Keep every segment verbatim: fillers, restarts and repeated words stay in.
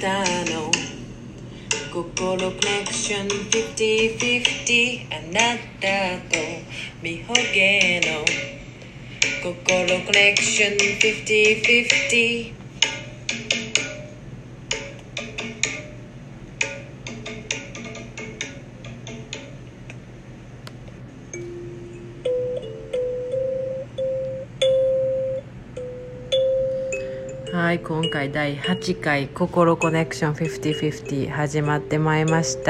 たの心コネクションフィフティフィフティあなたとみほげの心コネクションフィフティフィフティはい、今回だいはちかい心コネクションフィフティフィフティ始まってまいりました。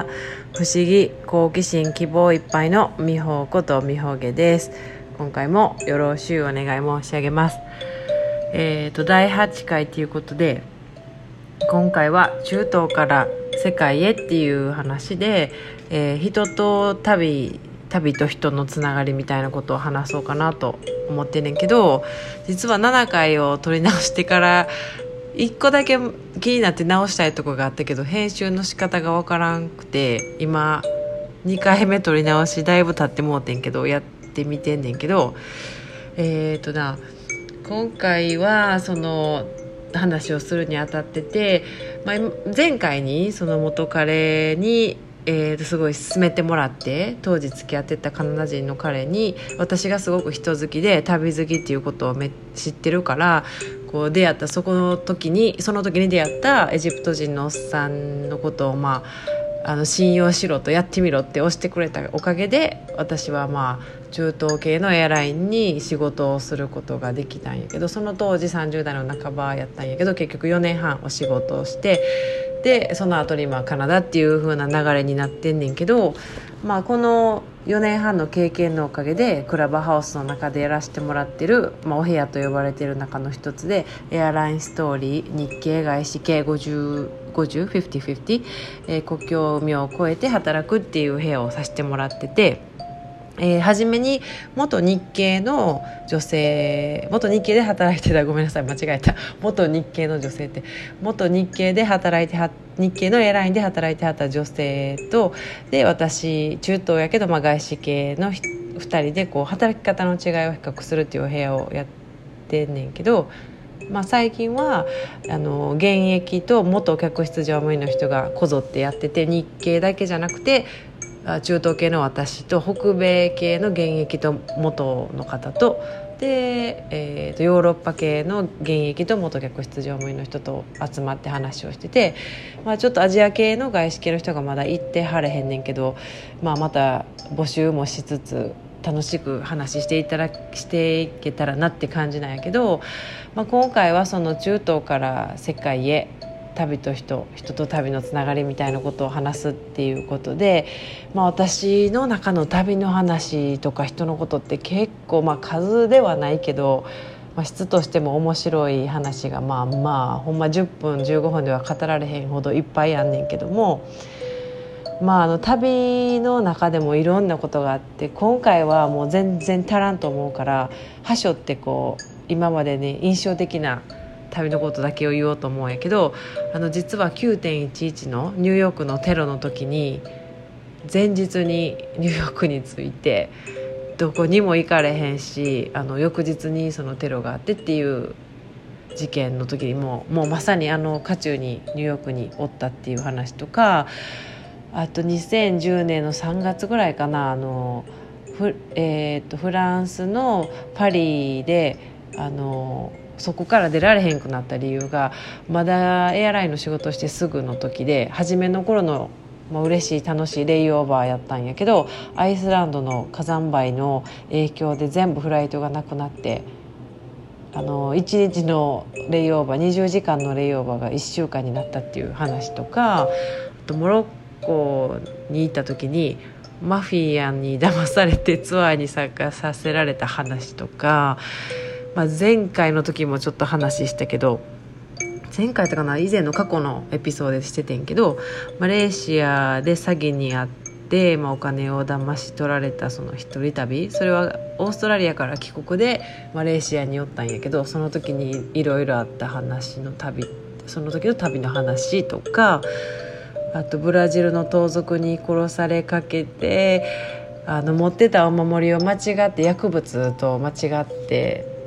不思議好奇心希望いっぱいのみほことみほげです。今回もよろしゅうお願い申し上げます。えーとだいはちかいということで、今回は中東から世界へっていう話で、えー、人と旅旅と人のつながりみたいなことを話そうかなと思ってんねんけど、実はななかいを撮り直してからいっこだけ気になって直したいとこがあったけど、編集の仕方がわからんくて、今にかいめ撮り直しだいぶ経ってもうてんけどやってみてんねんけど、えーとな今回はその話をするにあたってて、まあ、前回にその元彼にえー、とすごい勧めてもらって、当時付き合ってたカナダ人の彼に、私がすごく人好きで旅好きっていうことをめ知ってるから、こう出会ったそこの時にその時に出会ったエジプト人のおっさんのことを、まあ、あの信用しろと、やってみろって押してくれたおかげで、私はまあ中東系のエアラインに仕事をすることができたんやけど、その当時さんじゅうだいの半ばやったんやけど、結局よねんはんお仕事をして、でその後にまあカナダっていう風な流れになってんねんけど、まあ、このよねんはんの経験のおかげでクラブハウスの中でやらせてもらってる、まあ、お部屋と呼ばれてる中の一つで、エアラインストーリー日系外資系ごじゅう、ごじゅう、フィフティフィフティ、えー、国境を越えて働くっていう部屋をさせてもらってて、えー、初めに元日系の女性、元日系で働いてた、ごめんなさい間違えた、元日系の女性って元日系で働いては日系のエアラインで働いてはった女性と、で私中東やけど、まあ、外資系のふたりでこう働き方の違いを比較するっていうお部屋をやってんねんけど、まあ、最近はあの現役と元客室乗務員の人がこぞってやってて、日系だけじゃなくて中東系の私と北米系の現役と元の方とで、えー、とヨーロッパ系の現役と元客室乗務員の人と集まって話をしてて、まあ、ちょっとアジア系の外資系の人がまだ行ってはれへんねんけど、まあ、また募集もしつつ楽しく話していただしていけたらなって感じなんやけど、まあ、今回はその中東から世界へ旅と人、人と旅のつながりみたいなことを話すっていうことで、まあ、私の中の旅の話とか人のことって結構、まあ、数ではないけど、まあ、質としても面白い話がまあまあほんまじゅっぷんじゅうごふんでは語られへんほどいっぱいあんねんけども、まあ、あの旅の中でもいろんなことがあって、今回はもう全然足らんと思うから、はしょってこう今までね印象的な旅のことだけを言おうと思うんやけど、あの実は きゅうてんいちいち のニューヨークのテロの時に前日にニューヨークに着いて、どこにも行かれへんし、あの翌日にそのテロがあってっていう事件の時にもう、もうまさにあの渦中にニューヨークにおったっていう話とか、あとにせんじゅうねんのさんがつぐらいかな、あのフ、えー、とフランスのパリであのそこから出られへんくなった理由が、まだエアラインの仕事をしてすぐの時で、初めの頃の、まあ、嬉しい楽しいレイオーバーやったんやけど、アイスランドの火山灰の影響で全部フライトがなくなって、あのいちにちのレイオーバーにじゅうじかんのレイオーバーがいっしゅうかんになったっていう話とか、あとモロッコに行った時にマフィアに騙されてツアーに参加させられた話とか、まあ、前回の時もちょっと話したけど、前回とかな以前の過去のエピソードでしててんけど、マレーシアで詐欺にあって、まあ、お金を騙し取られたその一人旅、それはオーストラリアから帰国でマレーシアに寄ったんやけど、その時にいろいろあった話の旅、その時の旅の話とか、あとブラジルの盗賊に殺されかけて、あの持ってたお守りを間違って薬物と間違って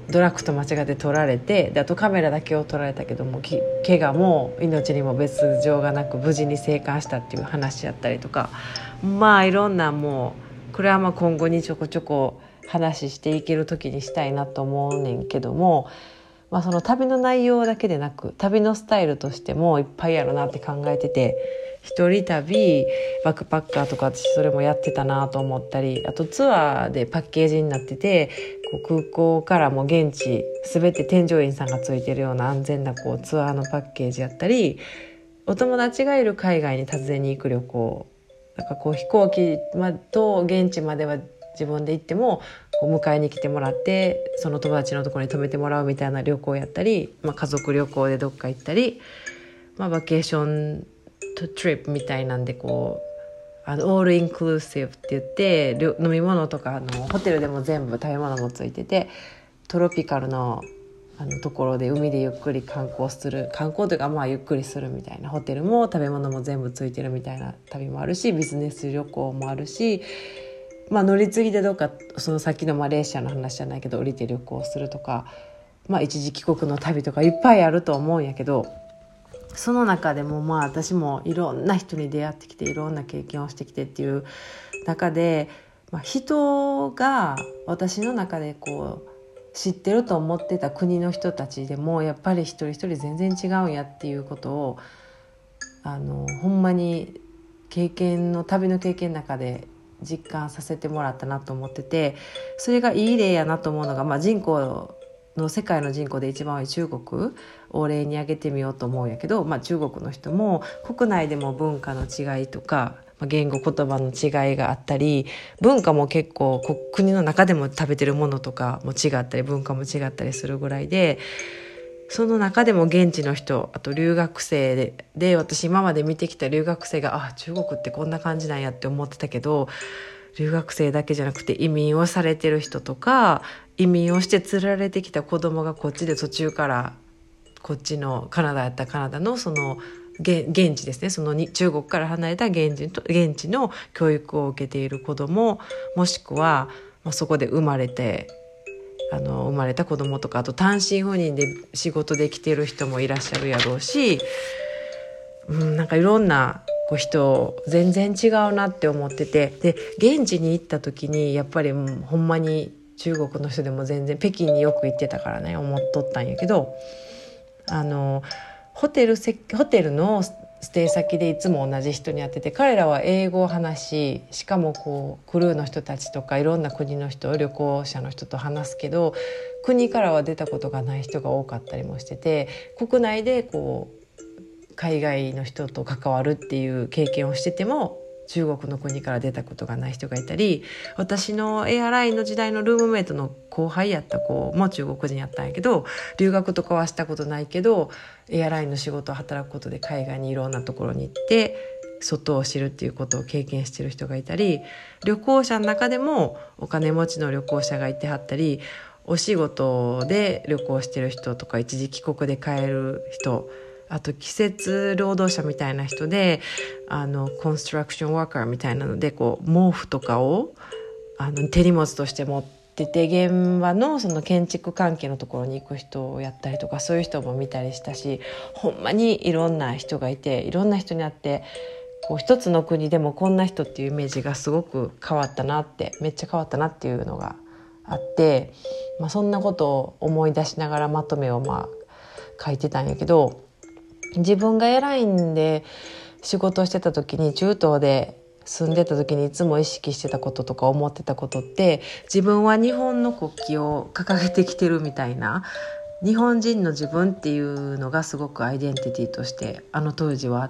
ドラッグと間違って撮られて、であとカメラだけを撮られたけどもき怪我も命にも別状がなく無事に生還したっていう話やったりとか、まあいろんな、もうこれはまあ今後にちょこちょこ話していける時にしたいなと思うねんけども、まあ、その旅の内容だけでなく旅のスタイルとしてもいっぱいあるなって考えてて、一人旅バックパッカーとか私それもやってたなと思ったり、あとツアーでパッケージになってて、こう空港からも現地全て添乗員さんがついてるような安全なこうツアーのパッケージやったり、お友達がいる海外に訪ねに行く旅行、なんかこう飛行機と現地までは自分で行ってもこう迎えに来てもらってその友達のところに泊めてもらうみたいな旅行やったり、まあ、家族旅行でどっか行ったり、まあ、バケーショントリップみたいなんでこうあのオールインクルーシブって言って飲み物とかあのホテルでも全部食べ物もついてて、トロピカルのあのところで海でゆっくり観光する観光というかまあゆっくりするみたいな、ホテルも食べ物も全部ついてるみたいな旅もあるし、ビジネス旅行もあるし、まあ、乗り継ぎでどっかその先のマレーシアの話じゃないけど降りて旅行するとか、まあ、一時帰国の旅とかいっぱいあると思うんやけど、その中でもまあ私もいろんな人に出会ってきていろんな経験をしてきてっていう中で、まあ、人が私の中でこう知ってると思ってた国の人たちでもやっぱり一人一人全然違うんやっていうことをあのほんまに経験の旅の経験の中で実感させてもらったなと思ってて、それがいい例やなと思うのが、まあ、人口の世界の人口で一番多い中国を例に挙げてみようと思うんやけど、まあ、中国の人も国内でも文化の違いとか言語言葉の違いがあったり、文化も結構国の中でも食べてるものとかも違ったり文化も違ったりするぐらいで、その中でも現地の人、あと留学生 で, で私今まで見てきた留学生があ中国ってこんな感じなんやって思ってたけど、留学生だけじゃなくて移民をされてる人とか移民をして連れられてきた子供がこっちで途中からこっちのカナダやったカナダのその現地ですね、そのに中国から離れた現地と現地の教育を受けている子供、もしくは、まあ、そこで生まれてあの生まれた子供とか、あと単身赴任で仕事で来てる人もいらっしゃるやろうし、うん、なんかいろんなこう人全然違うなって思ってて、で現地に行った時にやっぱりもうほんまに中国の人でも全然北京によく行ってたからね思っとったんやけど、あのホテルせホテルのステイ先でいつも同じ人に会ってて、彼らは英語を話し、しかもこうクルーの人たちとかいろんな国の人旅行者の人と話すけど、国からは出たことがない人が多かったりもしてて、国内でこう海外の人と関わるっていう経験をしてても中国の国から出たことがない人がいたり、私のエアラインの時代のルームメイトの後輩やった子も中国人やったんやけど、留学とかはしたことないけどエアラインの仕事を働くことで海外にいろんなところに行って外を知るっていうことを経験してる人がいたり、旅行者の中でもお金持ちの旅行者がいてはったり、お仕事で旅行してる人とか一時帰国で帰る人、あと季節労働者みたいな人であのコンストラクションワーカーみたいなのでこう毛布とかをあの手荷物として持ってて現場のその建築関係のところに行く人をやったりとか、そういう人も見たりしたし、ほんまにいろんな人がいていろんな人に会ってこう一つの国でもこんな人っていうイメージがすごく変わったなってめっちゃ変わったなっていうのがあって、まあ、そんなことを思い出しながらまとめをまあ書いてたんやけど、自分がエアラインで仕事をしてた時に中東で住んでた時にいつも意識してたこととか思ってたことって、自分は日本の国旗を掲げてきてるみたいな、日本人の自分っていうのがすごくアイデンティティとしてあの当時はあって、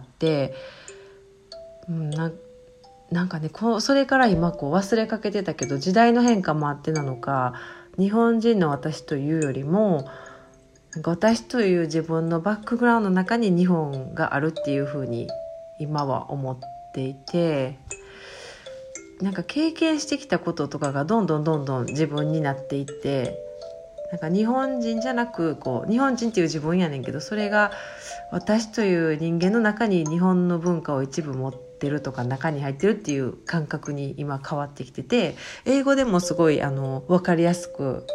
うん、な, なんかねこうそれから今こう忘れかけてたけど、時代の変化もあってなのか日本人の私というよりも私という自分のバックグラウンドの中に日本があるっていう風に今は思っていて、なんか経験してきたこととかがどんどんどんどん自分になっていって、なんか日本人じゃなくこう日本人っていう自分やねんけど、それが私という人間の中に日本の文化を一部持ってるとか中に入ってるっていう感覚に今変わってきてて、英語でもすごいあの分かりやすく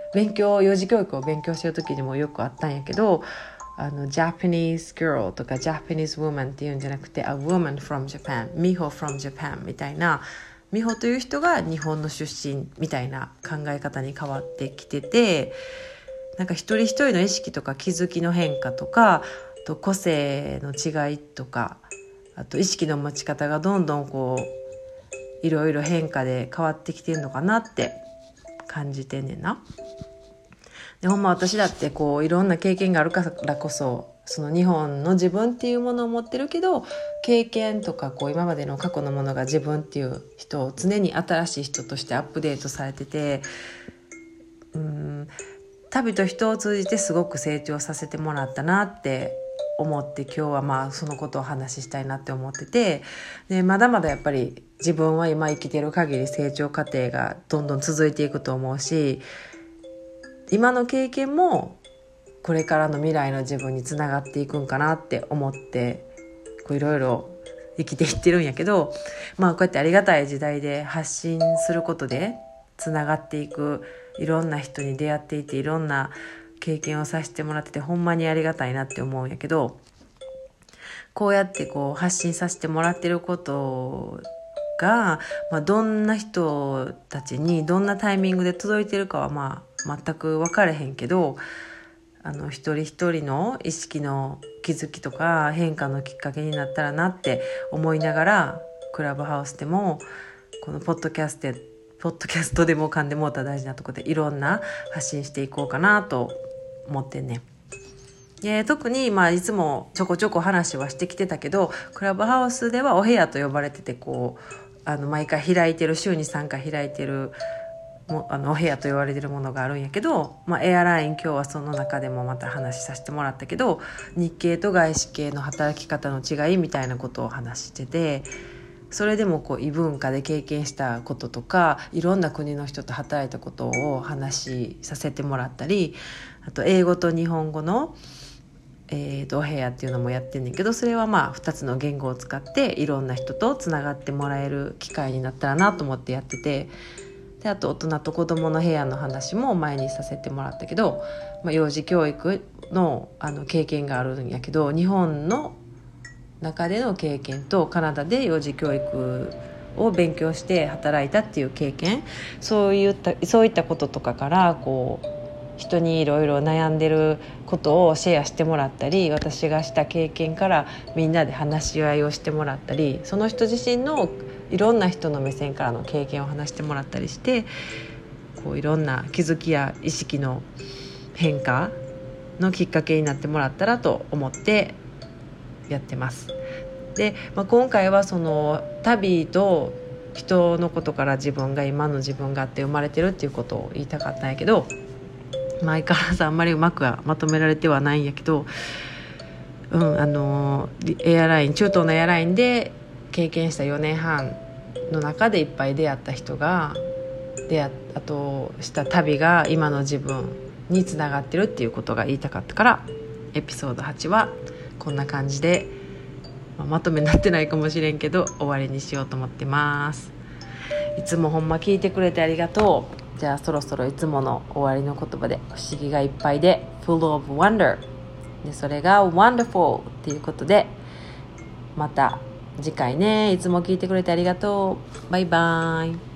勉強幼児教育を勉強してる時にもよくあったんやけど、あの Japanese girl とか Japanese woman っていうんじゃなくて A woman from Japan、 美穂 from Japan みたいな、美穂という人が日本の出身みたいな考え方に変わってきてて、なんか一人一人の意識とか気づきの変化とか、あと個性の違いとか、あと意識の持ち方がどんどんこういろいろ変化で変わってきてるのかなって感じてんねんな。でほんま私だってこういろんな経験があるからこそ、その日本の自分っていうものを持ってるけど、経験とかこう今までの過去のものが自分っていう人を常に新しい人としてアップデートされてて、うーん旅と人を通じてすごく成長させてもらったなって思って、今日はまあそのことを話したいなって思ってて、でまだまだやっぱり自分は今生きてる限り成長過程がどんどん続いていくと思うし、今の経験もこれからの未来の自分につながっていくんかなって思っていろいろ生きていってるんやけど、まあこうやってありがたい時代で発信することでつながっていく、いろんな人に出会っていて、いろんな経験をさせてもらっててほんまにありがたいなって思うんやけど、こうやってこう発信させてもらってることが、まあ、どんな人たちにどんなタイミングで届いてるかはまあ全く分かれへんけど、あの一人一人の意識の気づきとか変化のきっかけになったらなって思いながら、クラブハウスでもこのポッドキャストでポッドキャストでも噛んでもうた大事なところでいろんな発信していこうかなと思ってんね。で特にまあいつもちょこちょこ話はしてきてたけど、クラブハウスではお部屋と呼ばれてて、こうあの毎回開いてる、週にさんかい開いてるもあのお部屋と言われてるものがあるんやけど、まあ、エアライン今日はその中でもまた話させてもらったけど、日系と外資系の働き方の違いみたいなことを話してて、それでもこう異文化で経験したこととか、いろんな国の人と働いたことを話しさせてもらったり、あと英語と日本語の、えー、とお部屋っていうのもやってんねんけど、それはまあふたつの言語を使っていろんな人とつながってもらえる機会になったらなと思ってやってて、であと大人と子どもの部屋の話も前にさせてもらったけど、まあ、幼児教育 の, あの経験があるんやけど、日本の中での経験とカナダで幼児教育を勉強して働いたっていう経験、そういったそういったこととかからこう人にいろいろ悩んでることをシェアしてもらったり、私がした経験からみんなで話し合いをしてもらったり、その人自身のいろんな人の目線からの経験を話してもらったりして、こういろんな気づきや意識の変化のきっかけになってもらったらと思ってやってます。で、まあ、今回はその旅と人のことから自分が今の自分があって生まれてるっていうことを言いたかったんやけど、まあ、相変わらずあんまりうまくはまとめられてはないんやけど、うん、あのエアライン中東のエアラインで経験したよねんはんの中でいっぱい出会った人が出会っあとした旅が今の自分につながってるっていうことが言いたかったから、エピソードはちはこんな感じで、まあ、まとめになってないかもしれんけど終わりにしようと思ってます。いつもほんま聞いてくれてありがとう。じゃあそろそろいつもの終わりの言葉で、不思議がいっぱいで full of wonder で、それが wonderful っていうことで、また次回ね。いつも聞いてくれてありがとう。バイバイ。